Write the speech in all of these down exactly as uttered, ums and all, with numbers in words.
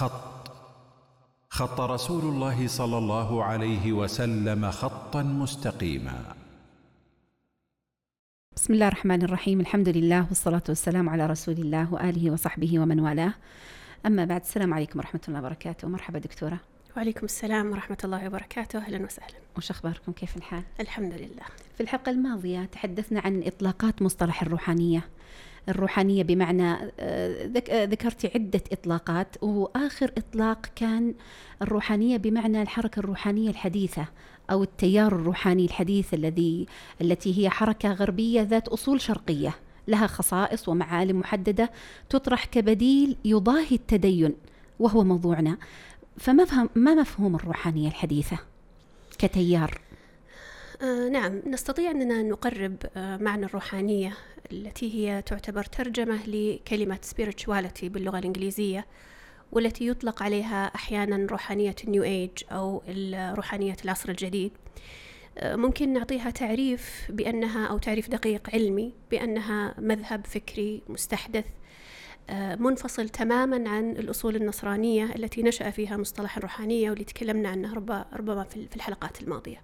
خط خط رسول الله صلى الله عليه وسلم خطا مستقيما. بسم الله الرحمن الرحيم، الحمد لله والصلاة والسلام على رسول الله وآله وصحبه ومن والاه. أما بعد، السلام عليكم ورحمة الله وبركاته. مرحبا دكتورة. وعليكم السلام ورحمة الله وبركاته، أهلا وسهلا. وش أخباركم؟ كيف الحال؟ الحمد لله. في الحلقة الماضية تحدثنا عن إطلاقات مصطلح الروحانية. الروحانية بمعنى ذكرت عدة إطلاقات، وآخر إطلاق كان الروحانية بمعنى الحركة الروحانية الحديثة أو التيار الروحاني الحديث الذي التي هي حركة غربية ذات أصول شرقية لها خصائص ومعالم محددة تطرح كبديل يضاهي التدين، وهو موضوعنا. فما فهم ما مفهوم الروحانية الحديثة كتيار؟ آه نعم، نستطيع أننا نقرب آه معنى الروحانية التي هي تعتبر ترجمة لكلمة spirituality باللغة الإنجليزية، والتي يطلق عليها أحيانا روحانية النيو ايج أو روحانية العصر الجديد. آه ممكن نعطيها تعريف بأنها أو تعريف دقيق علمي بأنها مذهب فكري مستحدث منفصل تماما عن الأصول النصرانية التي نشأ فيها مصطلح الروحانية واللي تكلمنا عنها ربما في الحلقات الماضية.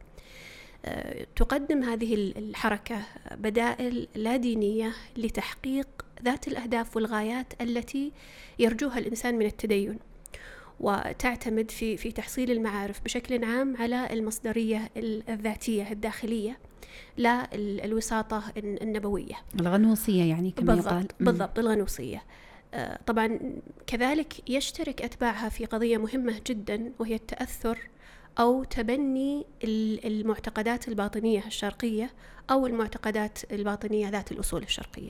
تقدم هذه الحركة بدائل لا دينية لتحقيق ذات الأهداف والغايات التي يرجوها الإنسان من التدين، وتعتمد في في تحصيل المعارف بشكل عام على المصدرية الذاتية الداخلية، لا الوساطة النبوية، الغنوصية يعني كما بالضبط يقال. بالضبط الغنوصية. طبعا كذلك يشترك أتباعها في قضية مهمة جدا، وهي التأثر أو تبني المعتقدات الباطنية الشرقية أو المعتقدات الباطنية ذات الأصول الشرقية.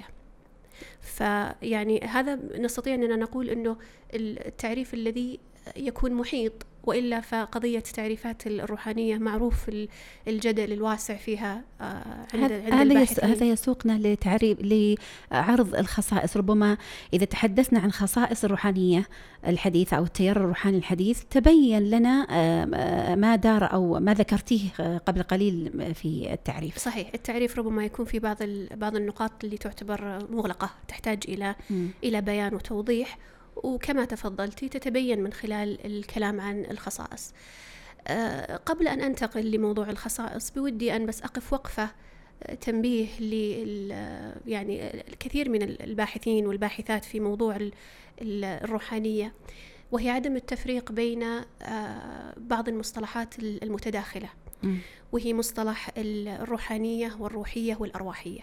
فيعني هذا نستطيع أننا نقول أنه التعريف الذي يكون محيط، وإلا فقضية تعريفات الروحانية معروف الجدل الواسع فيها عند الباحثين. هذا يسوقنا لتعريف لعرض الخصائص. ربما إذا تحدثنا عن خصائص الروحانية الحديثة أو التيار الروحاني الحديث تبين لنا ما دار أو ما ذكرتيه قبل قليل في التعريف. صحيح، التعريف ربما يكون في بعض بعض النقاط اللي تعتبر مغلقة تحتاج إلى م. إلى بيان وتوضيح، وكما تفضلتي تتبين من خلال الكلام عن الخصائص. أه قبل أن أنتقل لموضوع الخصائص بودي أن بس أقف وقفة تنبيه ل يعني الكثير من الباحثين والباحثات في موضوع الروحانية، وهي عدم التفريق بين أه بعض المصطلحات المتداخلة، وهي مصطلح الروحانية والروحية والأرواحية.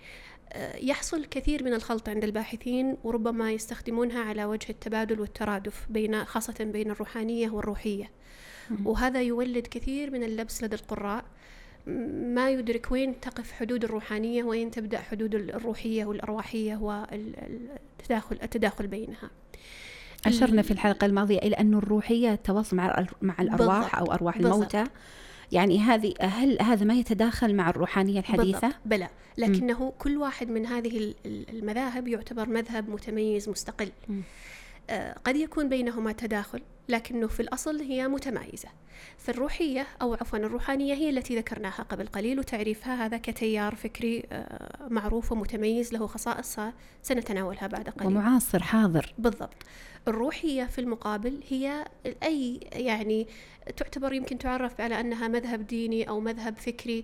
يحصل كثير من الخلط عند الباحثين، وربما يستخدمونها على وجه التبادل والترادف بين خاصة بين الروحانية والروحية، وهذا يولد كثير من اللبس لدى القراء، ما يدرك وين تقف حدود الروحانية وين تبدأ حدود الروحية والأرواحية والتداخل التداخل بينها. أشرنا في الحلقة الماضية إلى أن الروحية تواصل مع مع الأرواح أو أرواح الموتى. يعني هذه هل هذا ما يتداخل مع الروحانية الحديثة؟ بالضبط. بلى، لكنه م. كل واحد من هذه المذاهب يعتبر مذهب متميز مستقل. آه قد يكون بينهما تداخل، لكنه في الأصل هي متمايزة. فالروحية أو عفوا الروحانية هي التي ذكرناها قبل قليل، وتعريفها هذا كتيار فكري آه معروف ومتميز له خصائص سنتناولها بعد قليل، ومعاصر حاضر. بالضبط. الروحية في المقابل هي أي يعني تعتبر يمكن تعرف على أنها مذهب ديني أو مذهب فكري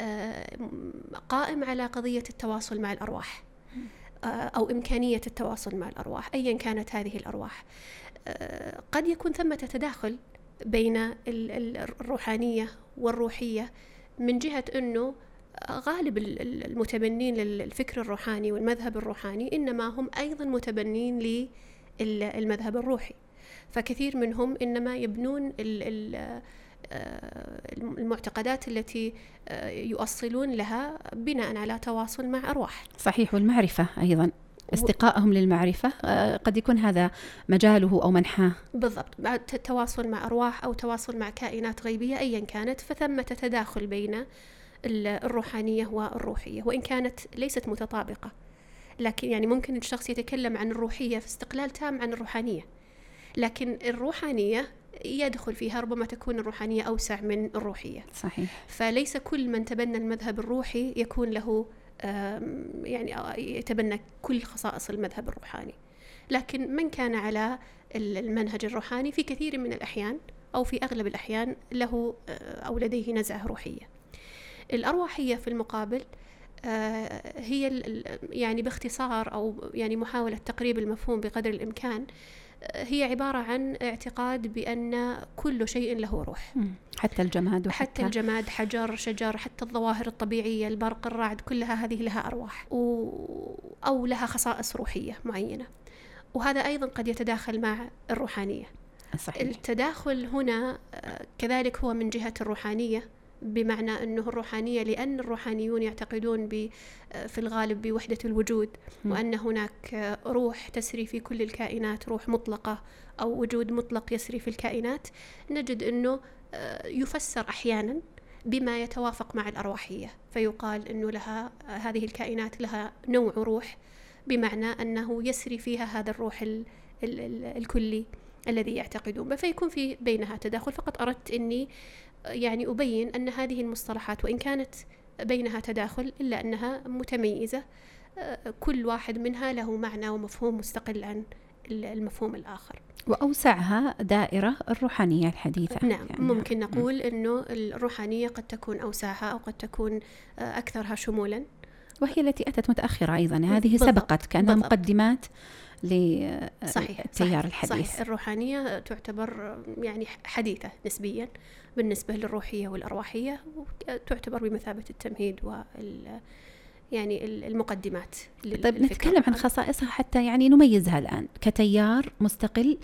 قائم على قضية التواصل مع الأرواح أو إمكانية التواصل مع الأرواح أيا كانت هذه الأرواح. قد يكون ثمة تداخل بين الروحانية والروحية من جهة أنه غالب المتبنين للفكر الروحاني والمذهب الروحاني إنما هم أيضا متبنين للمذهب الروحي، فكثير منهم إنما يبنون المعتقدات التي يؤصلون لها بناء على تواصل مع أرواح. صحيح، والمعرفة أيضا استقائهم للمعرفة قد يكون هذا مجاله أو منحاه. بالضبط، بعد التواصل مع أرواح أو تواصل مع كائنات غيبية أيا كانت، فثمة تداخل بين الروحانية والروحية، وإن كانت ليست متطابقة، لكن يعني ممكن الشخص يتكلم عن الروحية في استقلال تام عن الروحانية، لكن الروحانية يدخل فيها ربما تكون الروحانية أوسع من الروحية. صحيح. فليس كل من تبنى المذهب الروحي يكون له يعني يتبنى كل خصائص المذهب الروحاني، لكن من كان على المنهج الروحاني في كثير من الأحيان أو في أغلب الأحيان له أو لديه نزعة روحية. الأرواحية في المقابل هي يعني باختصار أو يعني محاولة تقريب المفهوم بقدر الإمكان، هي عبارة عن اعتقاد بأن كل شيء له روح، حتى الجماد وحتى حتى الجماد، حجر، شجر، حتى الظواهر الطبيعية، البرق، الرعد، كلها هذه لها أرواح أو لها خصائص روحية معينة. وهذا أيضا قد يتداخل مع الروحانية. صحيح. التداخل هنا كذلك هو من جهة الروحانية، بمعنى أنه الروحانية لأن الروحانيون يعتقدون في الغالب بوحدة الوجود، وأن هناك روح تسري في كل الكائنات، روح مطلقة أو وجود مطلق يسري في الكائنات، نجد أنه يفسر أحيانا بما يتوافق مع الأرواحية، فيقال أنه لها هذه الكائنات لها نوع روح، بمعنى أنه يسري فيها هذا الروح ال ال ال الكلي الذي يعتقدون، فيكون في بينها تداخل. فقط أردت أني يعني أبين أن هذه المصطلحات وإن كانت بينها تداخل إلا أنها متميزة، كل واحد منها له معنى ومفهوم مستقل عن المفهوم الآخر. وأوسعها دائرة الروحانية الحديثة. نعم، يعني ممكن نقول أنه الروحانية قد تكون أوسعها أو قد تكون أكثرها شمولا، وهي التي أتت متأخرة أيضا. هذه سبقت كأنها بالضبط. مقدمات للتيار الحديث. صحيح. الروحانية تعتبر يعني حديثة نسبيا بالنسبة للروحية والأرواحية، وتعتبر بمثابة التمهيد وال يعني المقدمات. طيب نتكلم عن خصائصها حتى يعني نميزها الآن كتيار مستقل.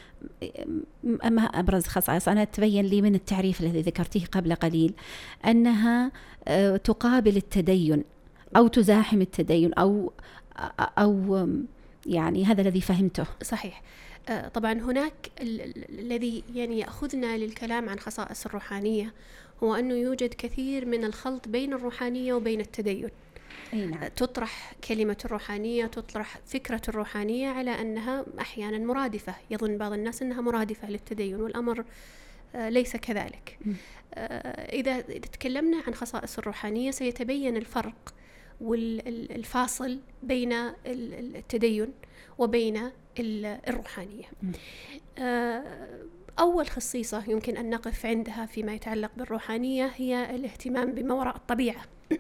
أما أبرز خصائص أنا تبين لي من التعريف الذي ذكرته قبل قليل أنها تقابل التدين أو تزاحم التدين أو أو يعني هذا الذي فهمته. صحيح. طبعا هناك الذي يعني يأخذنا للكلام عن خصائص الروحانية هو أنه يوجد كثير من الخلط بين الروحانية وبين التدين. أي نعم. تطرح كلمة الروحانية، تطرح فكرة الروحانية على أنها أحيانا مرادفة، يظن بعض الناس أنها مرادفة للتدين، والأمر ليس كذلك. إذا تكلمنا عن خصائص الروحانية سيتبين الفرق والفاصل بين التدين وبين الروحانية. أول خصيصة يمكن أن نقف عندها فيما يتعلق بالروحانية هي الاهتمام بما وراء الطبيعة،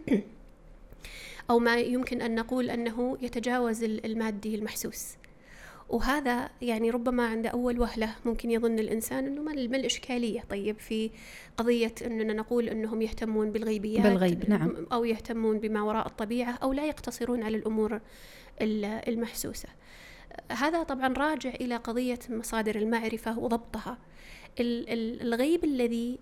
أو ما يمكن أن نقول أنه يتجاوز المادي المحسوس. وهذا يعني ربما عند أول وهلة ممكن يظن الإنسان أنه ما الإشكالية طيب في قضية أننا نقول أنهم يهتمون بالغيبيات بالغيب، نعم، أو يهتمون بما وراء الطبيعة أو لا يقتصرون على الأمور المحسوسة. هذا طبعا راجع إلى قضية مصادر المعرفة وضبطها. الغيب الذي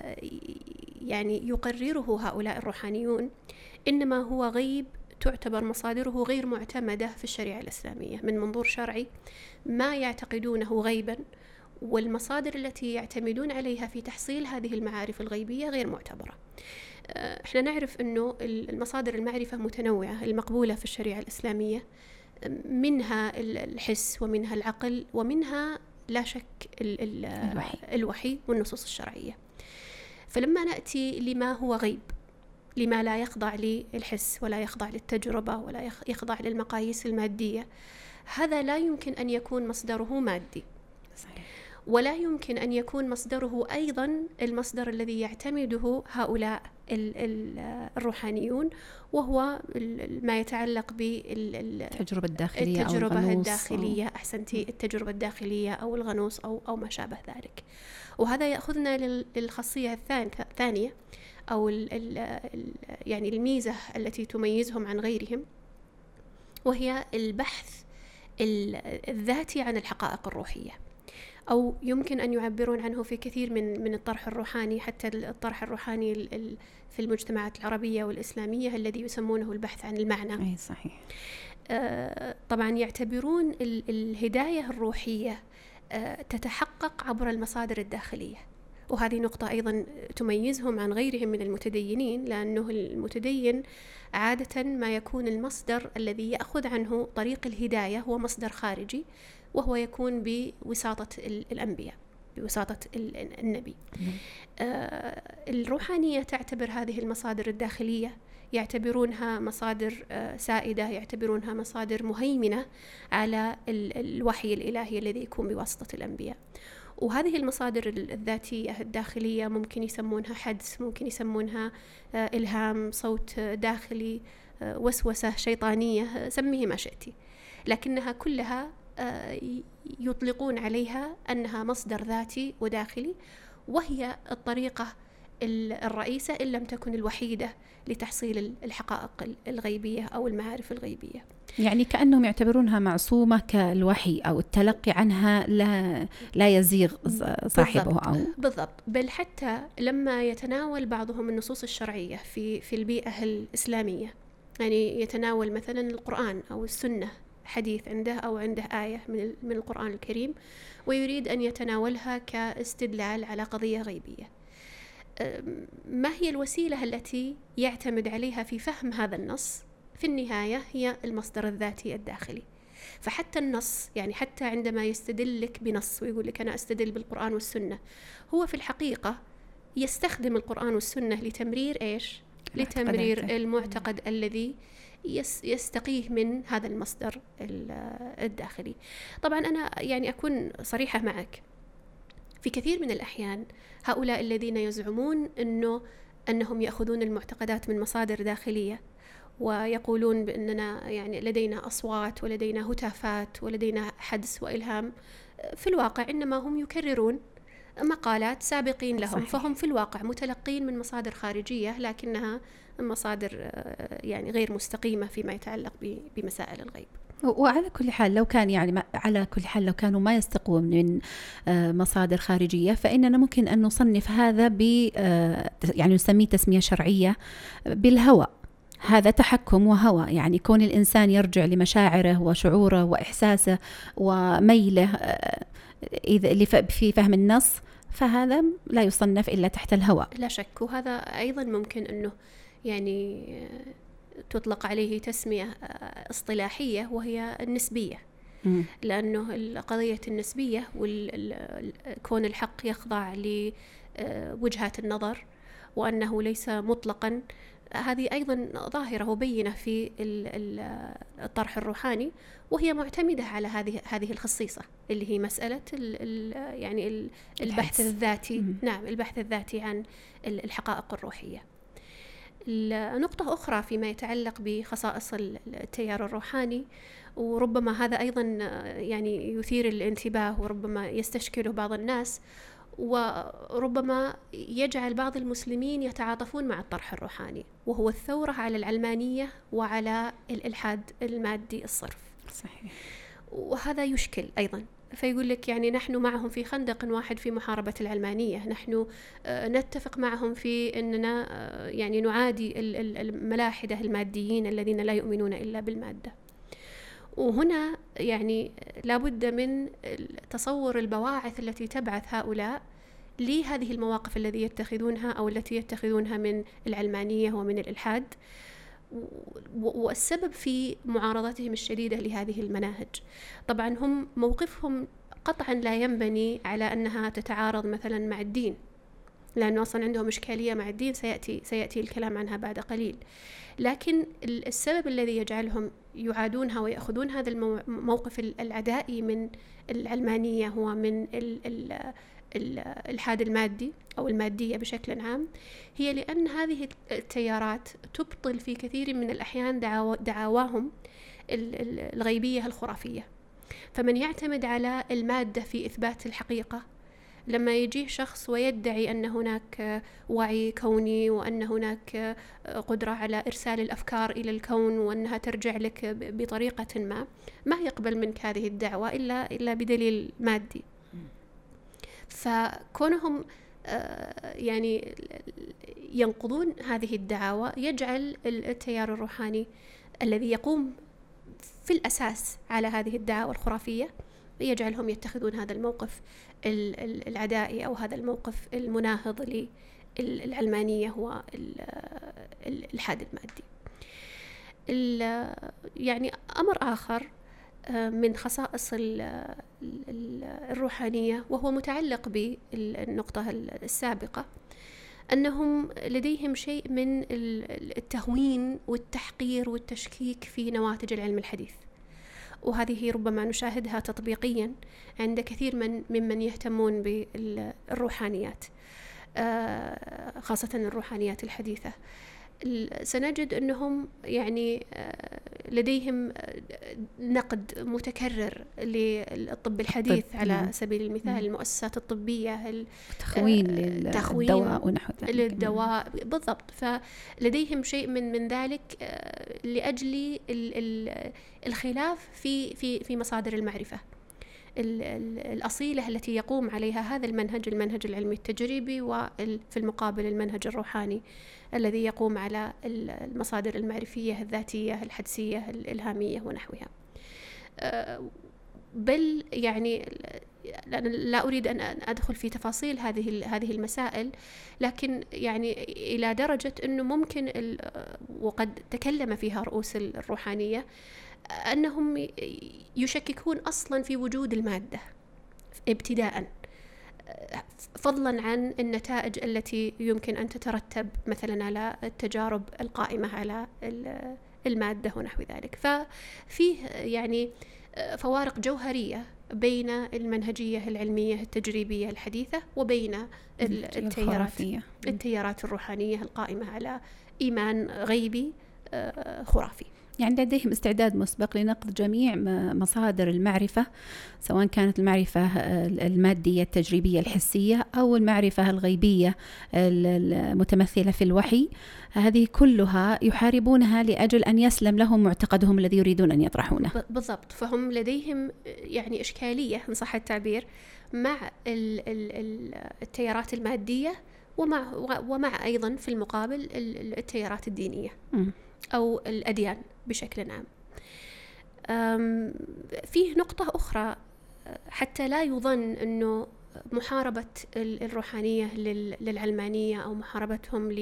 يعني يقرره هؤلاء الروحانيون إنما هو غيب تعتبر مصادره غير معتمدة في الشريعة الإسلامية من منظور شرعي، ما يعتقدونه غيبا، والمصادر التي يعتمدون عليها في تحصيل هذه المعارف الغيبية غير معتبرة. احنا نعرف أنه المصادر المعرفة متنوعة المقبولة في الشريعة الإسلامية، منها الحس ومنها العقل ومنها لا شك الوحي. الوحي والنصوص الشرعية. فلما نأتي لما هو غيب، لما لا يخضع للحس ولا يخضع للتجربة ولا يخضع للمقاييس المادية، هذا لا يمكن أن يكون مصدره مادي. صحيح. ولا يمكن أن يكون مصدره أيضا المصدر الذي يعتمده هؤلاء الروحانيون، وهو ما يتعلق بالتجربة الداخلية التجربة أو الداخلية أو أحسنتي التجربة الداخلية أو الغنوص أو أو ما شابه ذلك. وهذا يأخذنا للخاصية الثانية أو ال ال يعني الميزة التي تميزهم عن غيرهم، وهي البحث الذاتي عن الحقائق الروحية، أو يمكن أن يعبرون عنه في كثير من من الطرح الروحاني، حتى الطرح الروحاني في المجتمعات العربية والإسلامية الذي يسمونه البحث عن المعنى. أي صحيح. آه طبعا يعتبرون الهداية الروحية آه تتحقق عبر المصادر الداخلية، وهذه نقطة أيضا تميزهم عن غيرهم من المتدينين، لأنه المتدين عادة ما يكون المصدر الذي يأخذ عنه طريق الهداية هو مصدر خارجي، وهو يكون بوساطة الأنبياء، بوساطة النبي. آه الروحانية تعتبر هذه المصادر الداخلية يعتبرونها مصادر سائدة، يعتبرونها مصادر مهيمنة على الوحي الإلهي الذي يكون بواسطة الأنبياء. وهذه المصادر الذاتية الداخلية ممكن يسمونها حدس، ممكن يسمونها إلهام، صوت داخلي، وسوسة شيطانية، سميه ما شئتي، لكنها كلها يطلقون عليها أنها مصدر ذاتي وداخلي، وهي الطريقة الرئيسة إن لم تكن الوحيدة لتحصيل الحقائق الغيبية أو المعارف الغيبية. يعني كأنهم يعتبرونها معصومة كالوحي، أو التلقي عنها لا لا يزيغ صاحبه. بالضبط. أو بالضبط. بل حتى لما يتناول بعضهم النصوص الشرعية في في البيئة الإسلامية، يعني يتناول مثلا القرآن أو السنة، حديث عنده أو عنده آية من من القرآن الكريم ويريد أن يتناولها كاستدلال على قضية غيبية، ما هي الوسيلة التي يعتمد عليها في فهم هذا النص؟ في النهاية هي المصدر الذاتي الداخلي. فحتى النص، يعني حتى عندما يستدل لك بنص ويقول لك أنا أستدل بالقرآن والسنة، هو في الحقيقة يستخدم القرآن والسنة لتمرير إيش؟ لتمرير المعتقد الذي يستقيه من هذا المصدر الداخلي. طبعا أنا يعني أكون صريحة معك، في كثير من الأحيان هؤلاء الذين يزعمون أنه أنهم يأخذون المعتقدات من مصادر داخلية ويقولون بأننا يعني لدينا أصوات ولدينا هتافات ولدينا حدس وإلهام، في الواقع إنما هم يكررون مقالات سابقين لهم. صحيح. فهم في الواقع متلقين من مصادر خارجية، لكنها مصادر يعني غير مستقيمة فيما يتعلق بمسائل الغيب. وعلى كل حال لو كان يعني على كل حال لو كانوا ما يستقون من مصادر خارجية، فإننا ممكن أن نصنف هذا ب يعني نسميه تسمية شرعية بالهوى. هذا تحكم وهوى، يعني كون الإنسان يرجع لمشاعره وشعوره وإحساسه وميله إذا اللي في فهم النص، فهذا لا يصنف إلا تحت الهوى. لا شك. وهذا أيضا ممكن أنه يعني تطلق عليه تسمية اصطلاحية وهي النسبية، م. لأنه قضية النسبية وكون الحق يخضع لوجهات النظر وأنه ليس مطلقا، هذه أيضا ظاهرة وبينة في الطرح الروحاني، وهي معتمدة على هذه هذه الخصيصة اللي هي مسألة ال ال يعني ال البحث الذاتي. م. نعم، البحث الذاتي عن الحقائق الروحية. نقطة أخرى فيما يتعلق بخصائص التيار الروحاني، وربما هذا أيضا يعني يثير الانتباه وربما يستشكله بعض الناس، وربما يجعل بعض المسلمين يتعاطفون مع الطرح الروحاني، وهو الثورة على العلمانية وعلى الإلحاد المادي الصرف. صحيح. وهذا يشكل أيضا، فيقول لك يعني نحن معهم في خندق واحد في محاربة العلمانية، نحن نتفق معهم في أننا يعني نعادي الملاحدة الماديين الذين لا يؤمنون إلا بالمادة. وهنا يعني لابد من تصور البواعث التي تبعث هؤلاء لهذه المواقف التي يتخذونها أو التي يتخذونها من العلمانية ومن الإلحاد، والسبب في معارضتهم الشديدة لهذه المناهج. طبعا هم موقفهم قطعا لا ينبني على أنها تتعارض مثلا مع الدين، لأنه أصلا عندهم إشكالية مع الدين سيأتي, سيأتي الكلام عنها بعد قليل. لكن السبب الذي يجعلهم يعادونها ويأخذون هذا الموقف العدائي من العلمانية هو من الإلحاد المادي أو المادية بشكل عام، هي لأن هذه التيارات تبطل في كثير من الأحيان دعاواهم الغيبية الخرافية. فمن يعتمد على المادة في إثبات الحقيقة، لما يجيه شخص ويدعي أن هناك وعي كوني وأن هناك قدرة على إرسال الأفكار إلى الكون وأنها ترجع لك بطريقة ما، ما يقبل منك هذه الدعوة إلا إلا بدليل مادي. فكونهم يعني ينقضون هذه الدعاوى يجعل التيار الروحاني الذي يقوم في الأساس على هذه الدعاوى الخرافية يجعلهم يتخذون هذا الموقف العدائي أو هذا الموقف المناهض للعلمانية والإلحاد المادي. يعني أمر آخر من خصائص الروحانية وهو متعلق بالنقطة السابقة، أنهم لديهم شيء من التهوين والتحقير والتشكيك في نواتج العلم الحديث، وهذه ربما نشاهدها تطبيقيا عند كثير من ممن يهتمون بالروحانيات، خاصة الروحانيات الحديثة. سنجد أنهم يعني لديهم نقد متكرر للطب الحديث الطب. على سبيل المثال المؤسسات الطبية، تخوين للدواء ونحو ذلك للدواء بالضبط. فلديهم شيء من من ذلك لأجل الخلاف في في في مصادر المعرفة الأصيلة التي يقوم عليها هذا المنهج المنهج العلمي التجريبي، وفي المقابل المنهج الروحاني الذي يقوم على المصادر المعرفية الذاتية الحدسية الإلهامية ونحوها. بل يعني لا أريد أن أدخل في تفاصيل هذه هذه المسائل، لكن يعني إلى درجة أنه ممكن، وقد تكلم فيها رؤوس الروحانية، أنهم يشككون أصلا في وجود المادة ابتداءً، فضلاً عن النتائج التي يمكن أن تترتب مثلاً على التجارب القائمة على المادة ونحو ذلك. ففيه يعني فوارق جوهرية بين المنهجية العلمية التجريبية الحديثة وبين التيارات التيارات الروحانية القائمة على إيمان غيبي خرافي. يعني لديهم استعداد مسبق لنقد جميع مصادر المعرفة، سواء كانت المعرفة المادية التجريبية الحسية أو المعرفة الغيبية المتمثلة في الوحي. هذه كلها يحاربونها لأجل أن يسلم لهم معتقدهم الذي يريدون أن يطرحونه. بالضبط. فهم لديهم يعني إشكالية إن صح التعبير مع التيارات المادية، ومع ومع أيضا في المقابل التيارات الدينية م. أو الأديان بشكل عام. فيه نقطة أخرى حتى لا يظن أنه محاربة الروحانية للعلمانية أو محاربتهم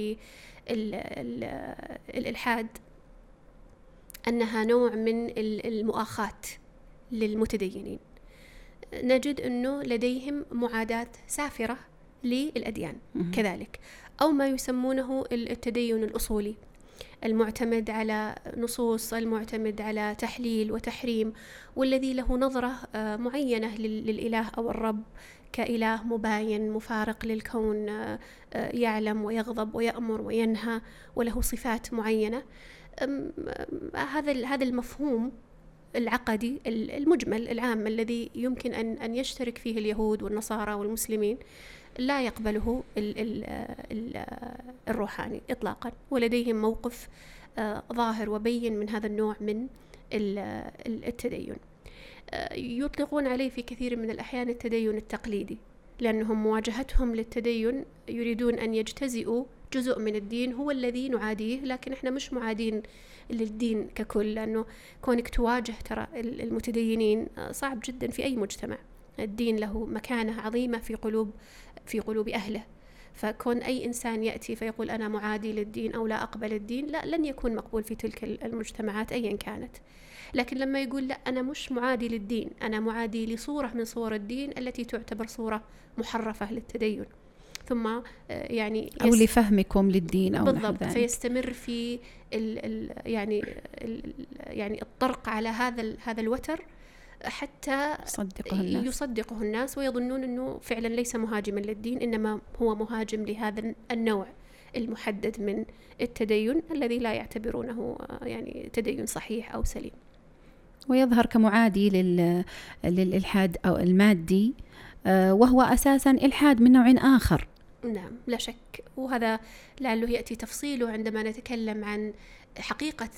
للإلحاد أنها نوع من المؤاخاة للمتدينين. نجد أنه لديهم معاداة سافرة للأديان كذلك، أو ما يسمونه التدين الأصولي المعتمد على نصوص، المعتمد على تحليل وتحريم، والذي له نظرة معينة للإله أو الرب كإله مباين مفارق للكون، يعلم ويغضب ويأمر وينهى وله صفات معينة. هذا هذا المفهوم العقدي المجمل العام الذي يمكن أن أن يشترك فيه اليهود والنصارى والمسلمين لا يقبله ال ال ال الروحاني إطلاقا، ولديهم موقف ظاهر وبين من هذا النوع من التدين. يطلقون عليه في كثير من الأحيان التدين التقليدي، لأنهم مواجهتهم للتدين يريدون أن يجتزئوا جزء من الدين هو الذي نعاديه، لكن احنا مش معادين للدين ككل، لأنه كونك تواجه ترى المتدينين صعب جدا في أي مجتمع. الدين له مكانة عظيمة في قلوب في قلوب أهله، فكون أي إنسان يأتي فيقول أنا معادي للدين أو لا أقبل الدين، لا لن يكون مقبول في تلك المجتمعات أيا كانت. لكن لما يقول لا أنا مش معادي للدين، أنا معادي لصورة من صور الدين التي تعتبر صورة محرفة للتدين، ثم يعني أو لفهمكم للدين أو بالضبط، فيستمر في ال ال يعني ال يعني الطرق على هذا هذا الوتر حتى يصدقه الناس. يصدقه الناس ويظنون أنه فعلا ليس مهاجما للدين، إنما هو مهاجم لهذا النوع المحدد من التدين الذي لا يعتبرونه يعني تدين صحيح أو سليم، ويظهر كمعادي لل... للإلحاد أو المادي، وهو أساسا إلحاد من نوع آخر. نعم لا شك، وهذا لعله يأتي تفصيله عندما نتكلم عن حقيقة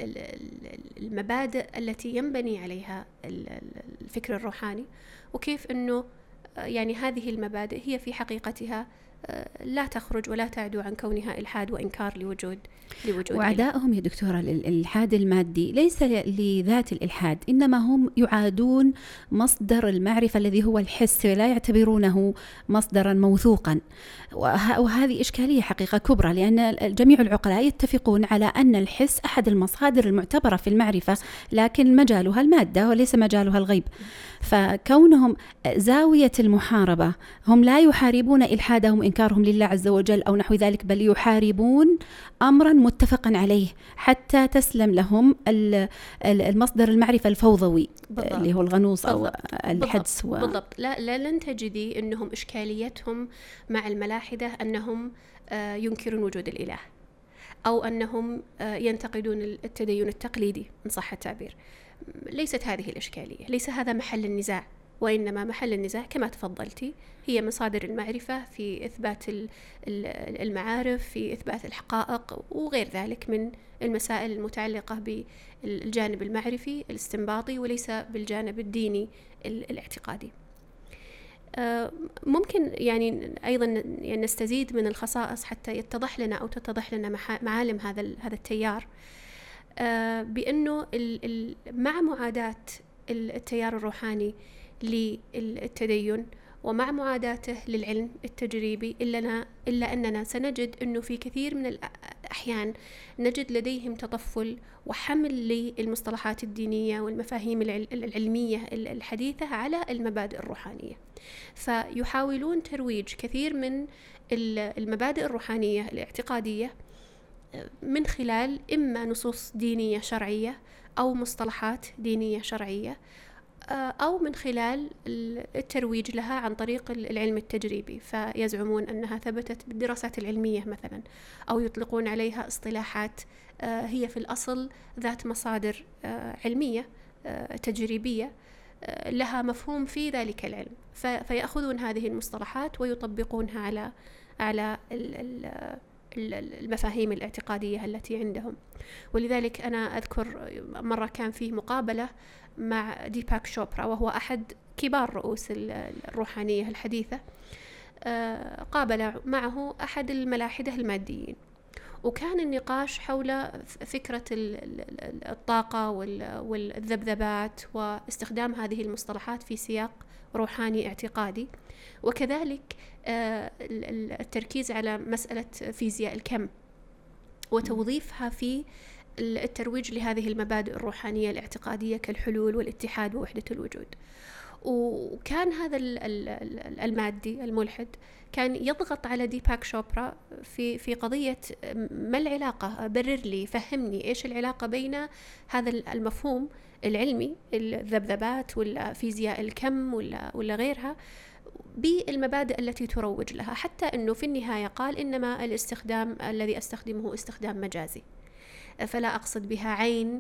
المبادئ التي ينبني عليها الفكر الروحاني، وكيف أنه يعني هذه المبادئ هي في حقيقتها لا تخرج ولا تعدو عن كونها إلحاد وإنكار لوجود لوجود وأعدائهم يا دكتورة للإلحاد المادي ليس لذات الإلحاد، إنما هم يعادون مصدر المعرفة الذي هو الحس، ولا يعتبرونه مصدرا موثوقا. وهذه إشكالية حقيقة كبرى، لأن جميع العقلاء يتفقون على أن الحس أحد المصادر المعتبرة في المعرفة، لكن مجالها المادة وليس مجالها الغيب. فكونهم زاوية المحاربة، هم لا يحاربون إلحادهم إنكارهم لله عز وجل أو نحو ذلك، بل يحاربون أمرا متفقا عليه حتى تسلم لهم المصدر المعرفة الفوضوي بالضبط. اللي هو الغنوص أو الحدس. بالضبط. و... بالضبط. لا, لا لن تجدي أنهم إشكاليتهم مع الملاحدة أنهم ينكرون وجود الإله أو أنهم ينتقدون التدين التقليدي إن صح التعبير. ليست هذه الإشكالية، ليس هذا محل النزاع، وإنما محل النزاع كما تفضلتي هي مصادر المعرفة في إثبات المعارف، في إثبات الحقائق وغير ذلك من المسائل المتعلقة بالجانب المعرفي الاستنباطي وليس بالجانب الديني الاعتقادي. ممكن يعني أيضا يعني نستزيد من الخصائص حتى يتضح لنا أو تتضح لنا معالم هذا هذا التيار، بأنه مع معاداة التيار الروحاني للتدين ومع معاداته للعلم التجريبي إلا, إلا أننا سنجد أنه في كثير من الأحيان نجد لديهم تطفل وحمل للمصطلحات الدينية والمفاهيم العلمية الحديثة على المبادئ الروحانية، فيحاولون ترويج كثير من المبادئ الروحانية الاعتقادية من خلال إما نصوص دينية شرعية أو مصطلحات دينية شرعية أو من خلال الترويج لها عن طريق العلم التجريبي، فيزعمون أنها ثبتت بالدراسات العلمية مثلا، أو يطلقون عليها اصطلاحات هي في الأصل ذات مصادر علمية تجريبية لها مفهوم في ذلك العلم، فيأخذون هذه المصطلحات ويطبقونها على على المفاهيم الاعتقادية التي عندهم. ولذلك أنا أذكر مرة كان فيه مقابلة مع ديباك شوبرا، وهو أحد كبار رؤوس الروحانية الحديثة، قابل معه أحد الملاحدة الماديين، وكان النقاش حول فكرة الطاقة والذبذبات واستخدام هذه المصطلحات في سياق روحاني اعتقادي، وكذلك التركيز على مسألة فيزياء الكم وتوظيفها في الترويج لهذه المبادئ الروحانية الاعتقادية كالحلول والاتحاد ووحدة الوجود. وكان هذا المادي الملحد كان يضغط على ديباك شوبرا في في قضية ما العلاقة، برر لي، فهمني إيش العلاقة بين هذا المفهوم العلمي الذبذبات ولا فيزياء الكم ولا ولا غيرها بالمبادئ التي تروج لها، حتى أنه في النهاية قال إنما الاستخدام الذي أستخدمه استخدام مجازي، فلا أقصد بها عين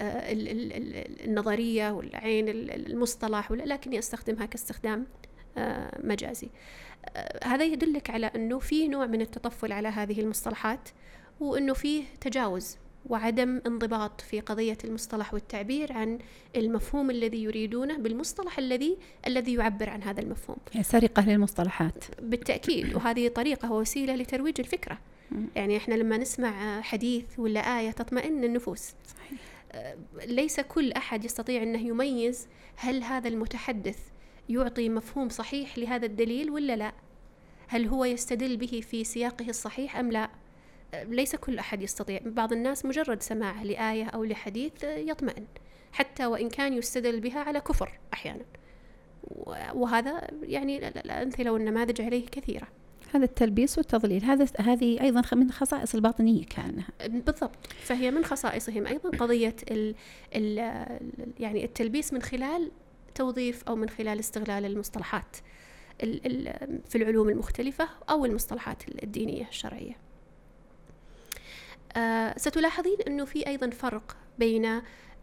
النظرية ولا عين المصطلح، لكني أستخدمها كاستخدام مجازي. هذا يدلك على أنه في نوع من التطفل على هذه المصطلحات، وأنه فيه تجاوز وعدم انضباط في قضية المصطلح والتعبير عن المفهوم الذي يريدونه بالمصطلح الذي الذي يعبر عن هذا المفهوم. سرقة للمصطلحات بالتأكيد، وهذه طريقة ووسيلة لترويج الفكرة. يعني إحنا لما نسمع حديث ولا آية تطمئن النفوس. صحيح. ليس كل أحد يستطيع أنه يميز هل هذا المتحدث يعطي مفهوم صحيح لهذا الدليل ولا لا، هل هو يستدل به في سياقه الصحيح أم لا. ليس كل أحد يستطيع. بعض الناس مجرد سماعه لآية أو لحديث يطمئن، حتى وإن كان يستدل بها على كفر أحيانا، وهذا يعني الأمثلة والنماذج عليه كثيرة. هذا التلبيس والتضليل، هذا هذه أيضا من خصائص الباطنية كانها. بالضبط، فهي من خصائصهم أيضا قضية ال ال يعني التلبيس من خلال توظيف أو من خلال استغلال المصطلحات في العلوم المختلفة أو المصطلحات الدينية الشرعية. آه ستلاحظين أنه في أيضا فرق بين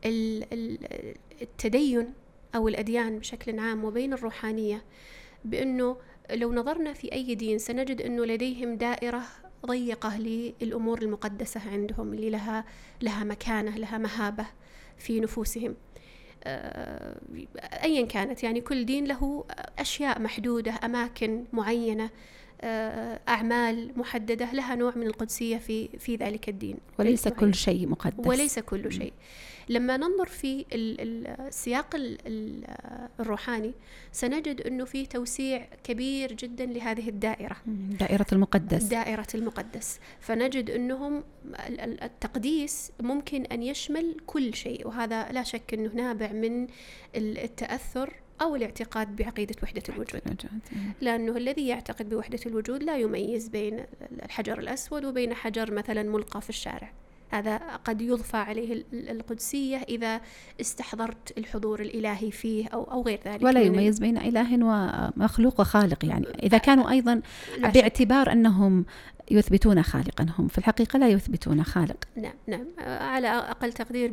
التدين أو الأديان بشكل عام وبين الروحانية، بأنه لو نظرنا في أي دين سنجد أنه لديهم دائرة ضيقة للأمور المقدسة عندهم، اللي لها لها مكانة، لها مهابة في نفوسهم آه أيا كانت. يعني كل دين له أشياء محدودة، أماكن معينة، أعمال محددة، لها نوع من القدسية في في ذلك الدين، وليس كل شيء مقدس، وليس كل شيء. لما ننظر في السياق الروحاني سنجد أنه في توسيع كبير جدا لهذه الدائرة، دائرة المقدس دائرة المقدس فنجد أنهم التقديس ممكن أن يشمل كل شيء، وهذا لا شك أنه نابع من التأثر أو الاعتقاد بعقيدة وحدة الوجود. لأنه الذي يعتقد بوحدة الوجود لا يميز بين الحجر الأسود وبين حجر مثلا ملقى في الشارع. هذا قد يضفى عليه القدسية إذا استحضرت الحضور الإلهي فيه أو أو غير ذلك. ولا يميز بين إله ومخلوق وخالق، يعني إذا كانوا أيضا باعتبار أنهم يثبتون خالقا، هم في الحقيقة لا يثبتون خالق. نعم نعم، على أقل تقدير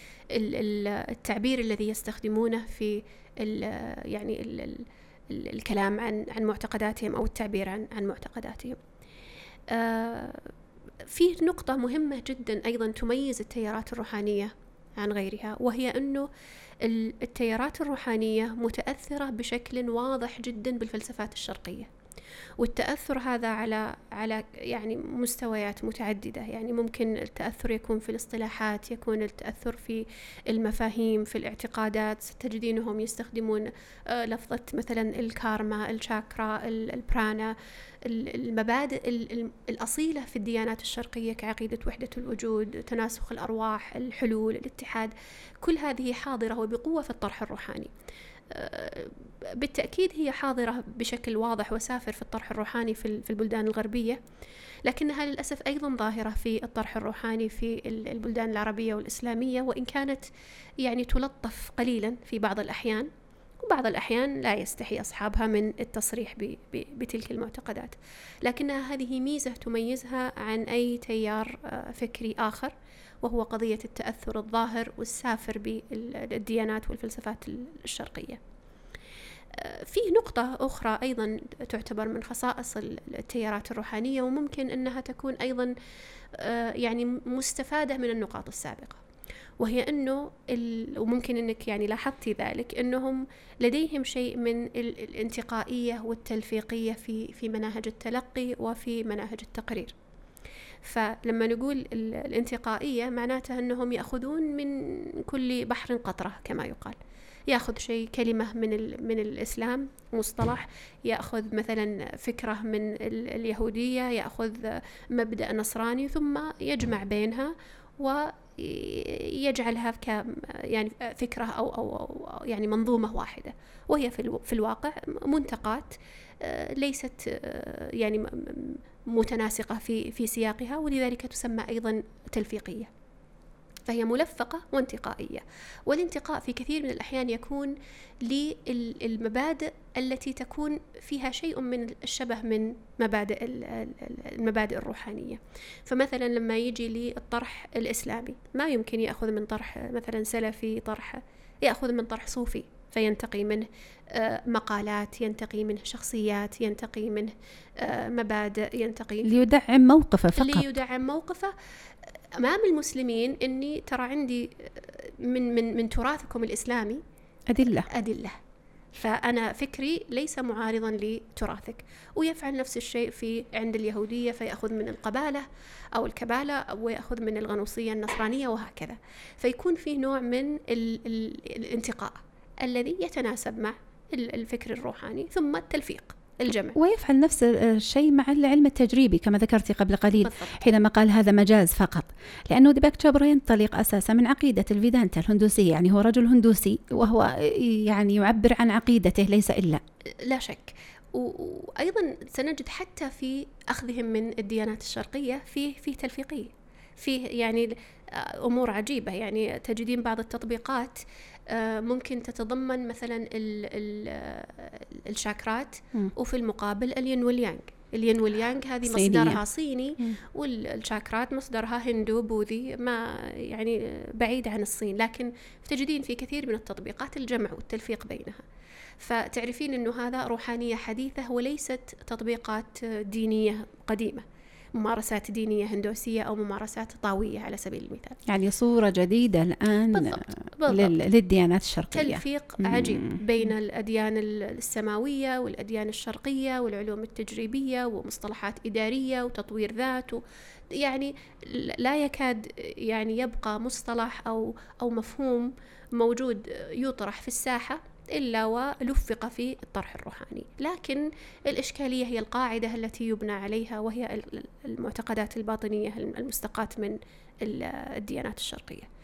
بالتعبير الذي يستخدمونه في ال يعني ال ال الكلام عن عن معتقداتهم أو التعبير عن عن معتقداتهم. آه في نقطة مهمة جدا أيضا تميز التيارات الروحانية عن غيرها، وهي أنه التيارات الروحانية متأثرة بشكل واضح جدا بالفلسفات الشرقية، والتأثر هذا على على يعني مستويات متعددة. يعني ممكن التأثر يكون في الاصطلاحات، يكون التأثر في المفاهيم، في الاعتقادات. تجدينهم يستخدمون لفظة مثلا الكارما، الشاكرا، البرانا، المبادئ الأصيلة في الديانات الشرقية كعقيدة وحدة الوجود، تناسخ الأرواح، الحلول، الاتحاد. كل هذه حاضرة وبقوة في الطرح الروحاني. بالتأكيد هي حاضرة بشكل واضح وسافر في الطرح الروحاني في البلدان الغربية، لكنها للأسف أيضا ظاهرة في الطرح الروحاني في البلدان العربية والإسلامية، وإن كانت يعني تلطف قليلا في بعض الأحيان، وبعض الأحيان لا يستحي أصحابها من التصريح بتلك المعتقدات. لكنها هذه ميزة تميزها عن أي تيار فكري آخر، وهو قضية التأثر الظاهر والسافر بالديانات والفلسفات الشرقية. في نقطة أخرى أيضا تعتبر من خصائص التيارات الروحانية، وممكن أنها تكون أيضا يعني مستفادة من النقاط السابقة، وهي أنه وممكن أنك يعني لاحظتي ذلك، أنهم لديهم شيء من الانتقائية والتلفيقية في في مناهج التلقي وفي مناهج التقرير. فلما نقول الانتقائية معناتها أنهم يأخذون من كل بحر قطرة كما يقال، يأخذ شيء، كلمة من من الإسلام، مصطلح، يأخذ مثلا فكرة من اليهودية، يأخذ مبدأ نصراني، ثم يجمع بينها ويجعلها ك يعني فكرة أو أو, أو يعني منظومة واحدة، وهي في في الواقع منتقات ليست يعني متناسقة في في سياقها، ولذلك تسمى أيضا تلفيقية. فهي ملفقة وانتقائية، والانتقاء في كثير من الأحيان يكون للمبادئ التي تكون فيها شيء من الشبه من مبادئ المبادئ الروحانية. فمثلا لما يجي للطرح الإسلامي ما يمكن يأخذ من طرح مثلا سلفي، طرح يأخذ من طرح صوفي فينتقي منه مقالات، ينتقي منه شخصيات، ينتقي منه مبادئ، ينتقي ليدعم موقفه فقط، ليدعم موقفه أمام المسلمين. إني ترى عندي من من من تراثكم الإسلامي أدلة أدلة، فأنا فكري ليس معارضا لتراثك. ويفعل نفس الشيء في عند اليهودية، فيأخذ من القبالة أو الكبالة، ويأخذ من الغنوصية النصرانية، وهكذا. فيكون فيه نوع من ال ال الانتقاء الذي يتناسب مع الفكر الروحاني، ثم التلفيق، الجمع. ويفعل نفس الشيء مع العلم التجريبي كما ذكرتي قبل قليل بالضبط. حينما قال هذا مجاز فقط، لأنه ديباك تشوبرا ينطلق أساسا من عقيدة الفيدانتا الهندوسية، يعني هو رجل هندوسي وهو يعني يعبر عن عقيدته ليس إلا. لا شك. وأيضا سنجد حتى في أخذهم من الديانات الشرقية فيه فيه تلفيقية، فيه يعني أمور عجيبة. يعني تجدين بعض التطبيقات ممكن تتضمن مثلا ال ال الشاكرات، م. وفي المقابل الين واليانغ. الين واليانغ هذه صينية. مصدرها صيني، م. والشاكرات مصدرها هندو بوذي، ما يعني بعيد عن الصين، لكن تجدين في كثير من التطبيقات الجمع والتلفيق بينها. فتعرفين أنه هذا روحانية حديثة وليست تطبيقات دينية قديمة، ممارسات دينية هندوسية أو ممارسات طاوية على سبيل المثال. يعني صورة جديدة الآن بالضبط. بالضبط. للديانات الشرقية، تلفيق مم. عجيب بين الأديان السماوية والأديان الشرقية والعلوم التجريبية ومصطلحات إدارية وتطوير ذات و... يعني لا يكاد يعني يبقى مصطلح أو أو مفهوم موجود يطرح في الساحة إلا ولفق في الطرح الروحاني. لكن الإشكالية هي القاعدة التي يبنى عليها، وهي المعتقدات الباطنية المستقاة من الديانات الشرقية.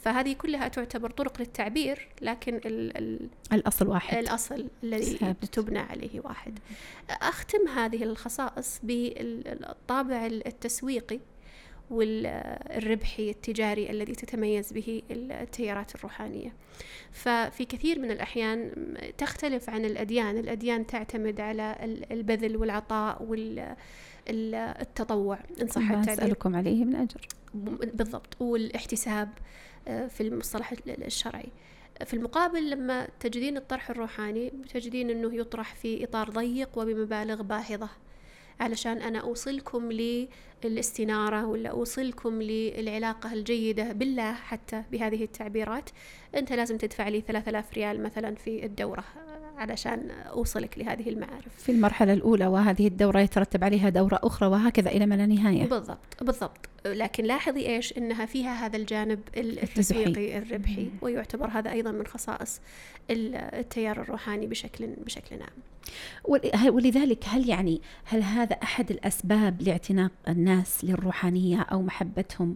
فهذه كلها تعتبر طرق للتعبير، لكن ال ال الأصل واحد، الأصل الذي تبنى عليه واحد. أختم هذه الخصائص بالطابع التسويقي والربحي التجاري الذي تتميز به التيارات الروحانية. ففي كثير من الأحيان تختلف عن الأديان. الأديان تعتمد على البذل والعطاء والتطوع إن صح التعبير، أسألكم عليه من أجر، بالضبط، والاحتساب في المصطلح الشرعي. في المقابل لما تجدين الطرح الروحاني تجدين أنه يطرح في إطار ضيق وبمبالغ باهظة، علشان أنا أوصلكم للاستنارة ولا أوصلكم للعلاقة الجيدة بالله. حتى بهذه التعبيرات أنت لازم تدفع لي ثلاثة آلاف ريال مثلا في الدورة علشان أوصلك لهذه المعارف في المرحلة الأولى، وهذه الدورة يترتب عليها دورة أخرى، وهكذا إلى ما لا نهاية. بالضبط بالضبط. لكن لاحظي إيش إنها فيها هذا الجانب التسويقي الربحي، ويعتبر هذا أيضا من خصائص التيار الروحاني بشكل بشكل عام. ولذلك هل يعني هل هذا أحد الأسباب لاعتناق الناس للروحانية أو محبتهم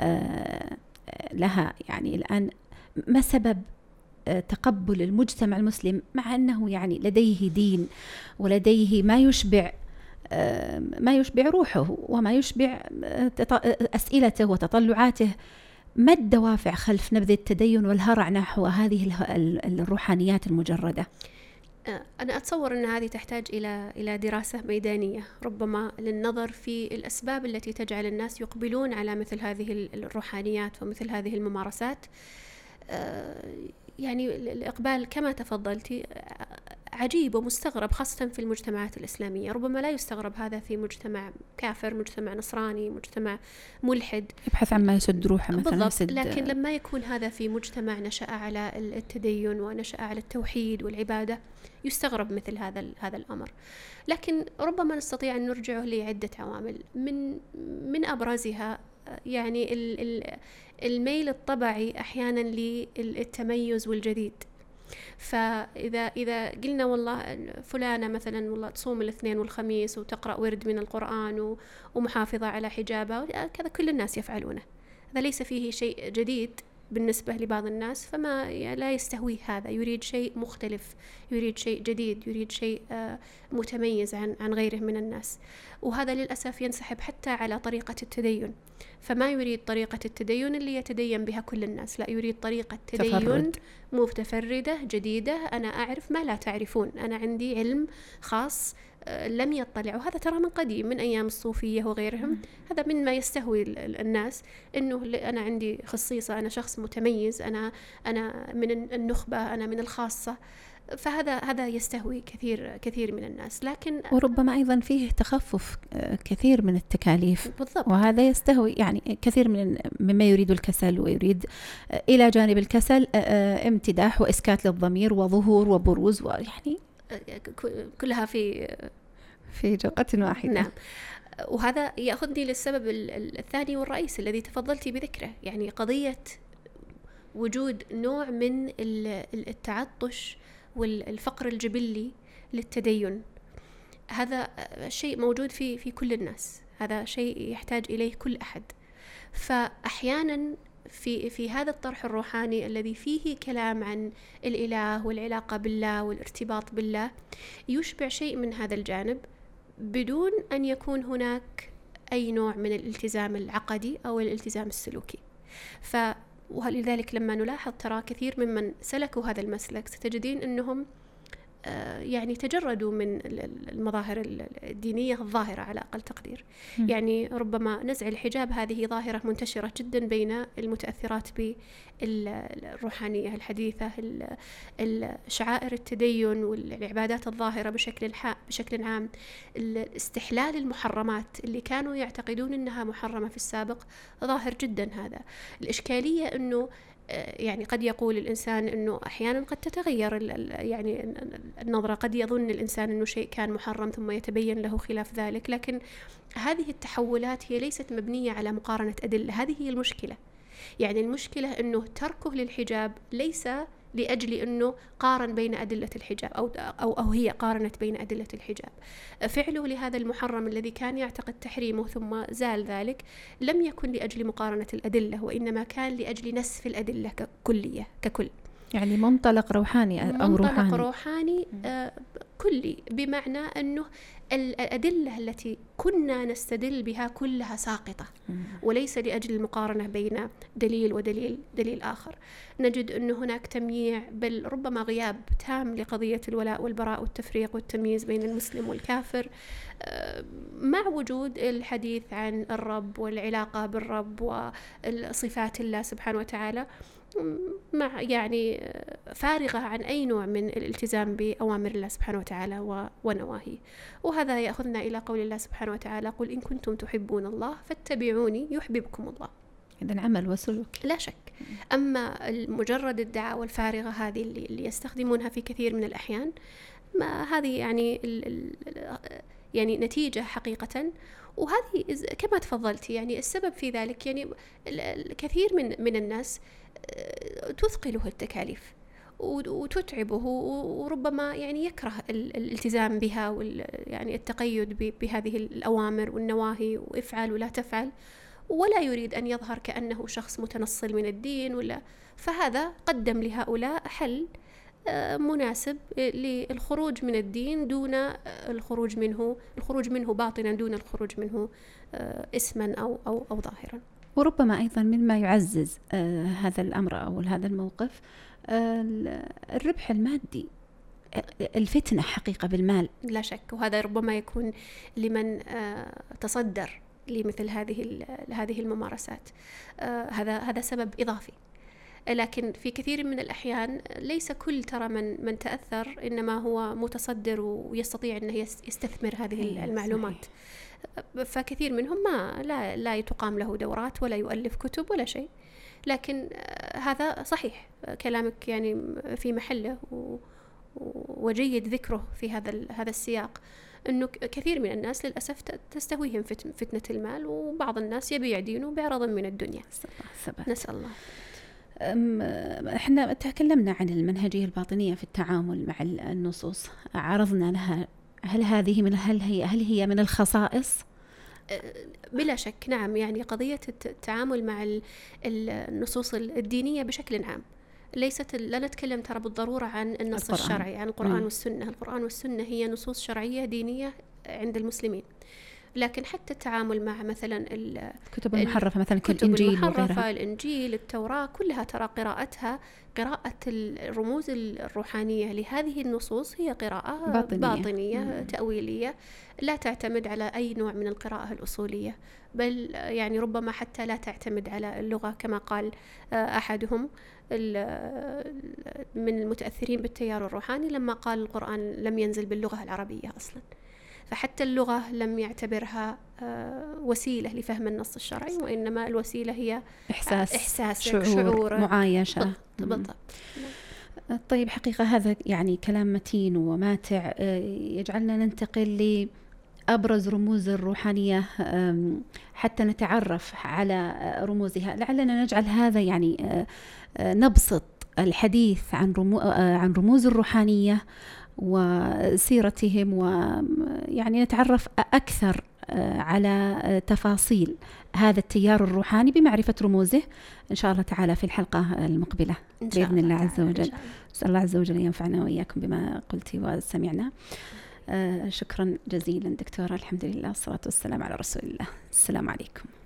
لها؟ يعني الآن ما سبب تقبل المجتمع المسلم مع أنه يعني لديه دين ولديه ما يشبع ما يشبع روحه وما يشبع أسئلته وتطلعاته؟ ما الدوافع خلف نبذ التدين والهرع نحو هذه الروحانيات المجردة؟ أنا أتصور أن هذه تحتاج إلى إلى دراسة ميدانية، ربما للنظر في الأسباب التي تجعل الناس يقبلون على مثل هذه الروحانيات ومثل هذه الممارسات. يعني الإقبال كما تفضلتي عجيب ومستغرب، خاصة في المجتمعات الإسلامية. ربما لا يستغرب هذا في مجتمع كافر، مجتمع نصراني، مجتمع ملحد يبحث عن ما يسد روحه مثلا. بالضبط. لكن لما يكون هذا في مجتمع نشأ على التدين ونشأ على التوحيد والعبادة يستغرب مثل هذا هذا الأمر. لكن ربما نستطيع أن نرجعه لعدة عوامل، من من أبرزها يعني الميل الطبعي أحيانا للتميز والجديد. فإذا إذا قلنا والله فلانة مثلا والله تصوم الاثنين والخميس وتقرأ ورد من القرآن ومحافظة على حجابها، كذا كل الناس يفعلونه، هذا ليس فيه شيء جديد بالنسبة لبعض الناس، فما لا يستهويه هذا، يريد شيء مختلف، يريد شيء جديد، يريد شيء متميز عن عن غيره من الناس. وهذا للأسف ينسحب حتى على طريقة التدين، فما يريد طريقة التدين اللي يتدين بها كل الناس، لا، يريد طريقة تدين تفرد. متفردة جديدة، أنا أعرف ما لا تعرفون، أنا عندي علم خاص لم يطلعوا. هذا ترى من قديم، من أيام الصوفية وغيرهم. هذا من ما يستهوي الناس، إنه أنا عندي خصيصة، أنا شخص متميز، أنا أنا من النخبة، أنا من الخاصة. فهذا هذا يستهوي كثير كثير من الناس. لكن وربما أيضا فيه تخفف كثير من التكاليف. بالضبط. وهذا يستهوي يعني كثير من مما يريد الكسل، ويريد إلى جانب الكسل امتداح وإسكات للضمير وظهور وبروز، ويعني كلها في في جرعة واحدة. نعم. وهذا يأخذني للسبب الثاني والرئيسي الذي تفضلتي بذكره، يعني قضية وجود نوع من التعطش والفقر الجبلي للتدين. هذا شيء موجود في في كل الناس، هذا شيء يحتاج إليه كل أحد. فأحيانا في في هذا الطرح الروحاني الذي فيه كلام عن الإله والعلاقة بالله والارتباط بالله، يشبع شيء من هذا الجانب بدون أن يكون هناك أي نوع من الالتزام العقدي أو الالتزام السلوكي. ف ولذلك لما نلاحظ ترى كثير ممن سلكوا هذا المسلك ستجدين أنهم يعني تجردوا من المظاهر الدينية الظاهرة على أقل تقدير. م. يعني ربما نزع الحجاب هذه ظاهرة منتشرة جدا بين المتأثرات بالروحانية الحديثة، الشعائر التدين والعبادات الظاهرة بشكل بشكل عام، الاستحلال المحرمات اللي كانوا يعتقدون أنها محرمة في السابق ظاهر جدا. هذا الإشكالية أنه يعني قد يقول الإنسان أنه أحيانا قد تتغير يعني النظرة، قد يظن الإنسان أنه شيء كان محرم ثم يتبين له خلاف ذلك. لكن هذه التحولات هي ليست مبنية على مقارنة أدلة، هذه هي المشكلة. يعني المشكلة أنه تركه للحجاب ليس لأجل أنه قارن بين أدلة الحجاب أو, أو, أو هي قارنت بين أدلة الحجاب. فعله لهذا المحرم الذي كان يعتقد تحريمه ثم زال ذلك لم يكن لأجل مقارنة الأدلة، وإنما كان لأجل نسف الأدلة ككلية ككل. يعني منطلق روحاني أو منطلق روحاني روحاني آه كلي، بمعنى أنه الأدلة التي كنا نستدل بها كلها ساقطة، وليس لأجل المقارنة بين دليل ودليل دليل آخر. نجد أن هناك تمييع بل ربما غياب تام لقضية الولاء والبراء والتفريق والتمييز بين المسلم والكافر، مع وجود الحديث عن الرب والعلاقة بالرب وصفات الله سبحانه وتعالى، مع يعني فارغة عن أي نوع من الالتزام بأوامر الله سبحانه وتعالى ونواهيه. وهذا يأخذنا إلى قول الله سبحانه وتعالى: قل إن كنتم تحبون الله فاتبعوني يحببكم الله. إذن عمل وسلوك لا شك. أما مجرد الدعاوى الفارغة هذه اللي, اللي يستخدمونها في كثير من الأحيان، ما هذه يعني ال ال يعني نتيجة حقيقة. وهذه كما تفضلتي يعني السبب في ذلك يعني الكثير من من الناس تثقله التكاليف وتتعبه، وربما يعني يكره الالتزام بها ويعني التقيد بهذه الأوامر والنواهي، وافعل ولا تفعل، ولا يريد أن يظهر كأنه شخص متنصل من الدين ولا. فهذا قدم لهؤلاء حل مناسب للخروج من الدين دون الخروج منه الخروج منه باطنا دون الخروج منه اسما أو أو أو ظاهرا. وربما أيضا مما يعزز آه هذا الأمر أو هذا الموقف آه الربح المادي، الفتنة حقيقة بالمال. لا شك. وهذا ربما يكون لمن آه تصدر لمثل هذه هذه الممارسات، آه هذا هذا سبب إضافي. لكن في كثير من الأحيان ليس كل ترى من من تأثر إنما هو متصدر ويستطيع أنه يستثمر هذه المعلومات. فكثير منهم ما لا لا تقام له دورات ولا يؤلف كتب ولا شيء. لكن هذا صحيح كلامك يعني في محله وجيد ذكره في هذا هذا السياق، إنه كثير من الناس للأسف تستهويهم فتنة المال، وبعض الناس يبيع دينه بعرض من الدنيا. نسأل الله. احنا تكلمنا عن المنهجية الباطنية في التعامل مع النصوص، عرضنا لها. هل هذه من هل هي هل هي من الخصائص؟ بلا شك نعم. يعني قضية التعامل مع النصوص الدينية بشكل عام ليست، لا نتكلم ترى بالضرورة عن النص القرآن. الشرعي، عن القرآن مم. والسنة. القرآن والسنة هي نصوص شرعية دينية عند المسلمين. لكن حتى التعامل مع مثلا الكتب المحرفة مثلا كالإنجيل المحرفة، الإنجيل، التوراة، كلها ترى قراءتها قراءة الرموز الروحانية لهذه النصوص هي قراءة باطنية, باطنية تأويلية، لا تعتمد على أي نوع من القراءة الأصولية، بل يعني ربما حتى لا تعتمد على اللغة، كما قال أحدهم من المتأثرين بالتيار الروحاني لما قال القرآن لم ينزل باللغة العربية أصلاً. فحتى اللغة لم يعتبرها وسيلة لفهم النص الشرعي، وإنما الوسيلة هي إحساس, إحساس شعور، شعور، معايشة. بالضبط. طيب حقيقة هذا يعني كلام متين وماتع، يجعلنا ننتقل لأبرز رموز الروحانية حتى نتعرف على رموزها. لعلنا نجعل هذا يعني نبسط الحديث عن رمو عن رموز الروحانية وسيرتهم، ويعني نتعرف أكثر على تفاصيل هذا التيار الروحاني بمعرفة رموزه إن شاء الله تعالى في الحلقة المقبلة بإذن الله عز وجل. أسأل الله عز وجل ينفعنا وإياكم بما قلتي وسمعنا. شكرا جزيلا دكتورة. الحمد لله والصلاة والسلام على رسول الله. السلام عليكم.